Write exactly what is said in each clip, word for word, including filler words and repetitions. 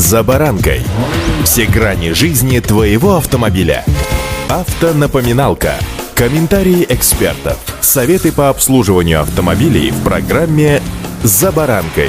«За баранкой». Все грани жизни твоего автомобиля. Автонапоминалка. Комментарии экспертов. Советы по обслуживанию автомобилей в программе «За баранкой».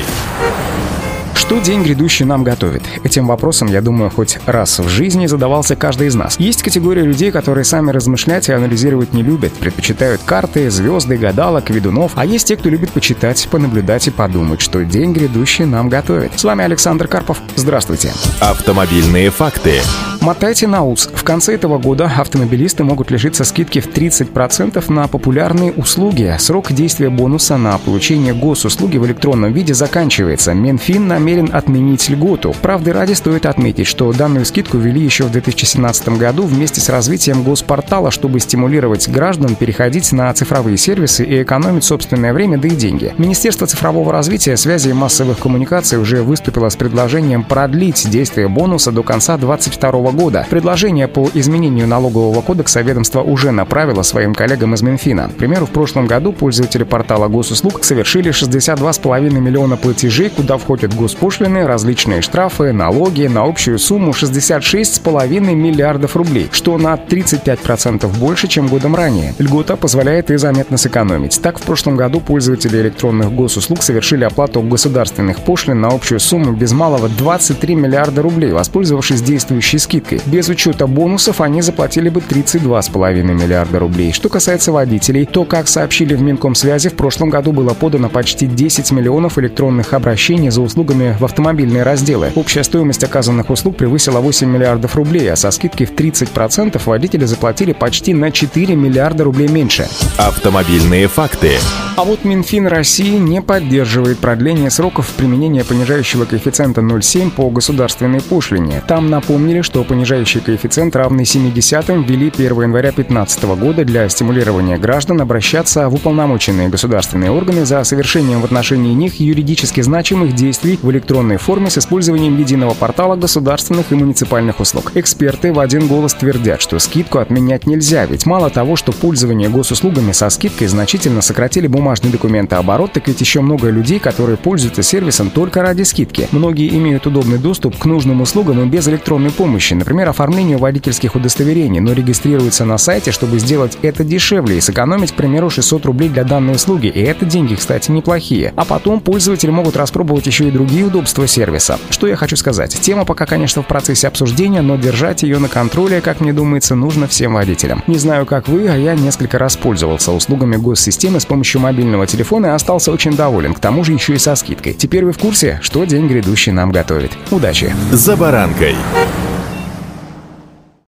Что день грядущий нам готовит? Этим вопросом, я думаю, хоть раз в жизни задавался каждый из нас. Есть категория людей, которые сами размышлять и анализировать не любят, предпочитают карты, звезды, гадалок, ведунов. А есть те, кто любит почитать, понаблюдать и подумать, что день грядущий нам готовит. С вами Александр Карпов. Здравствуйте. Автомобильные факты. Мотайте на ус. В конце этого года автомобилисты могут лишиться скидки в тридцать процентов на популярные услуги. Срок действия бонуса на получение госуслуги в электронном виде заканчивается. Минфин намерен отменить льготу. Правды ради стоит отметить, что данную скидку ввели еще в две тысячи семнадцатом году вместе с развитием госпортала, чтобы стимулировать граждан переходить на цифровые сервисы и экономить собственное время, да и деньги. Министерство цифрового развития, связи и массовых коммуникаций уже выступило с предложением продлить действие бонуса до конца две тысячи двадцать второго года. Предложение по изменению налогового кодекса ведомство уже направило своим коллегам из Минфина. К примеру, в прошлом году пользователи портала госуслуг совершили шестьдесят два с половиной миллиона платежей, куда входят госпошлины, различные штрафы, налоги на общую сумму шестьдесят шесть с половиной миллиардов рублей, что на тридцать пять процентов больше, чем годом ранее. Льгота позволяет и заметно сэкономить. Так, в прошлом году пользователи электронных госуслуг совершили оплату государственных пошлин на общую сумму без малого двадцать три миллиарда рублей, воспользовавшись действующей скидкой. Без учета бонусов они заплатили бы тридцать два с половиной миллиарда рублей. Что касается водителей, то, как сообщили в Минкомсвязи, в прошлом году было подано почти десять миллионов электронных обращений за услугами в автомобильные разделы. Общая стоимость оказанных услуг превысила восемь миллиардов рублей, а со скидкой в тридцать процентов водители заплатили почти на четыре миллиарда рублей меньше. Автомобильные факты. А вот Минфин России не поддерживает продление сроков применения понижающего коэффициента ноль целых семь десятых по государственной пошлине. Там напомнили, что понижающий коэффициент, равный семи десятым, ввели первого января две тысячи пятнадцатого года для стимулирования граждан обращаться в уполномоченные государственные органы за совершением в отношении них юридически значимых действий в электронной форме с использованием единого портала государственных и муниципальных услуг. Эксперты в один голос твердят, что скидку отменять нельзя, ведь мало того, что пользование госуслугами со скидкой значительно сократили бумажный документооборот, так ведь еще много людей, которые пользуются сервисом только ради скидки. Многие имеют удобный доступ к нужным услугам и без электронной помощи, например, оформлению водительских удостоверений, но регистрируются на сайте, чтобы сделать это дешевле и сэкономить, к примеру, шестьсот рублей для данной услуги. И это деньги, кстати, неплохие. А потом пользователи могут распробовать еще и другие удобства сервиса. Что я хочу сказать? Тема пока, конечно, в процессе обсуждения, но держать ее на контроле, как мне думается, нужно всем водителям. Не знаю, как вы, а я несколько раз пользовался услугами госсистемы с помощью мобильного телефона и остался очень доволен. К тому же еще и со скидкой. Теперь вы в курсе, что день грядущий нам готовит. Удачи! «За баранкой».